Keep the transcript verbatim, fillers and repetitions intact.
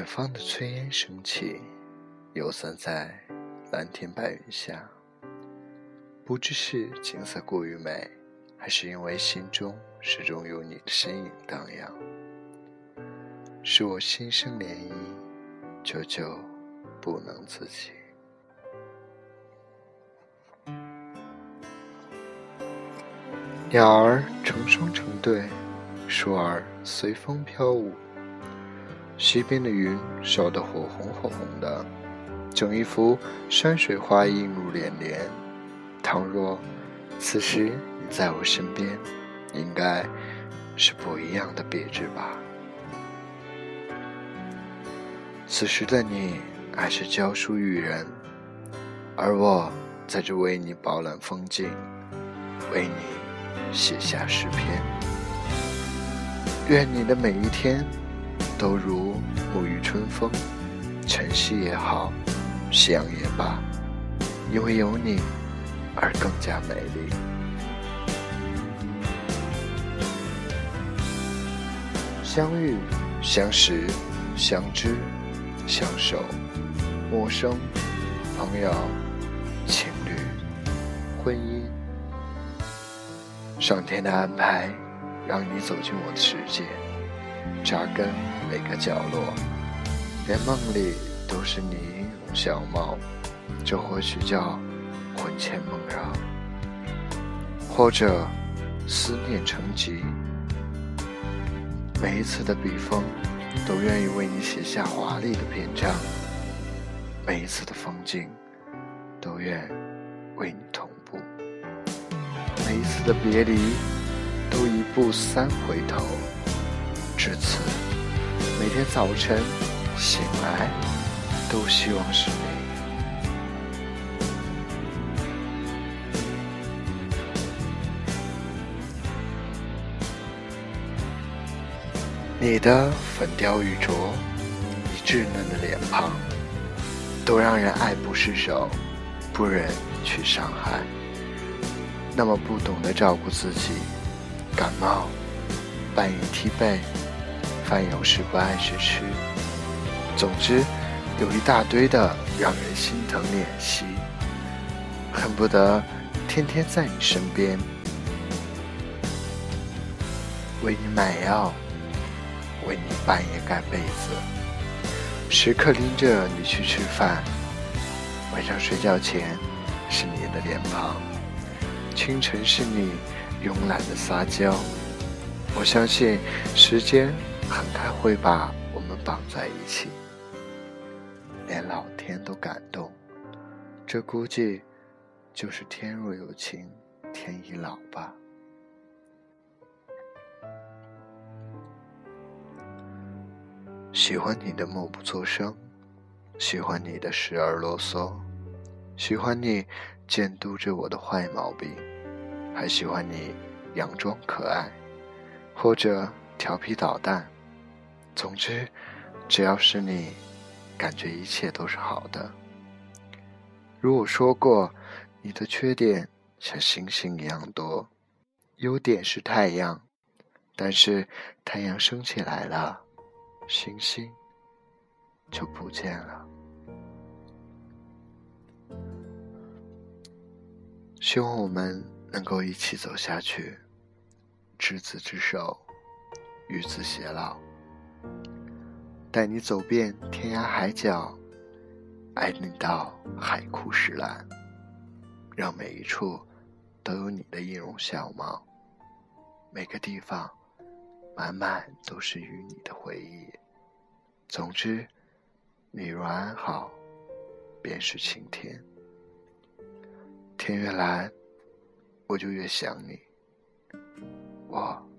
方的炊烟升起，游散在蓝天白云下。不知是景色过于美，还是因为心中始终有你的身影荡漾，使我心生涟漪，久久不能自己。鸟儿成双成对，树儿随风飘舞，西边的云烧得火红火红的，整一幅山水画映入连连。倘若此时你在我身边，应该是不一样的别致吧。此时的你还是教书育人，而我在这为你饱览风景，为你写下诗篇。愿你的每一天都如沐浴春风，晨曦也好，夕阳也罢，因为有你而更加美丽。相遇、相识、相知、相守，陌生、朋友、情侣、婚姻，上天的安排让你走进我的世界，扎根每个角落，连梦里都是你音容笑貌，这或许叫魂牵梦绕，或者思念成疾。每一次的笔锋都愿意为你写下华丽的篇章，每一次的风景都愿为你同步，每一次的别离都一步三回头。至此，每天早晨醒来都希望是你。你的粉雕玉琢，你稚嫩的脸庞，都让人爱不释手，不忍去伤害。那么不懂得照顾自己，感冒半夜踢被，饭有时不爱去吃，总之有一大堆的让人心疼怜惜，恨不得天天在你身边，为你买药，为你半夜盖被子，时刻拎着你去吃饭。晚上睡觉前是你的脸庞，清晨是你慵懒的撒娇。我相信时间很快会把我们绑在一起，连老天都感动，这估计就是天若有情天亦老吧。喜欢你的默不作声，喜欢你的时而啰嗦，喜欢你监督着我的坏毛病，还喜欢你佯装可爱，或者调皮捣蛋。总之，只要是你，感觉一切都是好的。如我说过，你的缺点像星星一样多，优点是太阳，但是太阳升起来了，星星就不见了。希望我们能够一起走下去，执子之手，与子偕老，带你走遍天涯海角，爱你到海枯石烂，让每一处都有你的音容笑貌，每个地方满满都是与你的回忆。总之，你若安好，便是晴天。天越蓝，我就越想你，我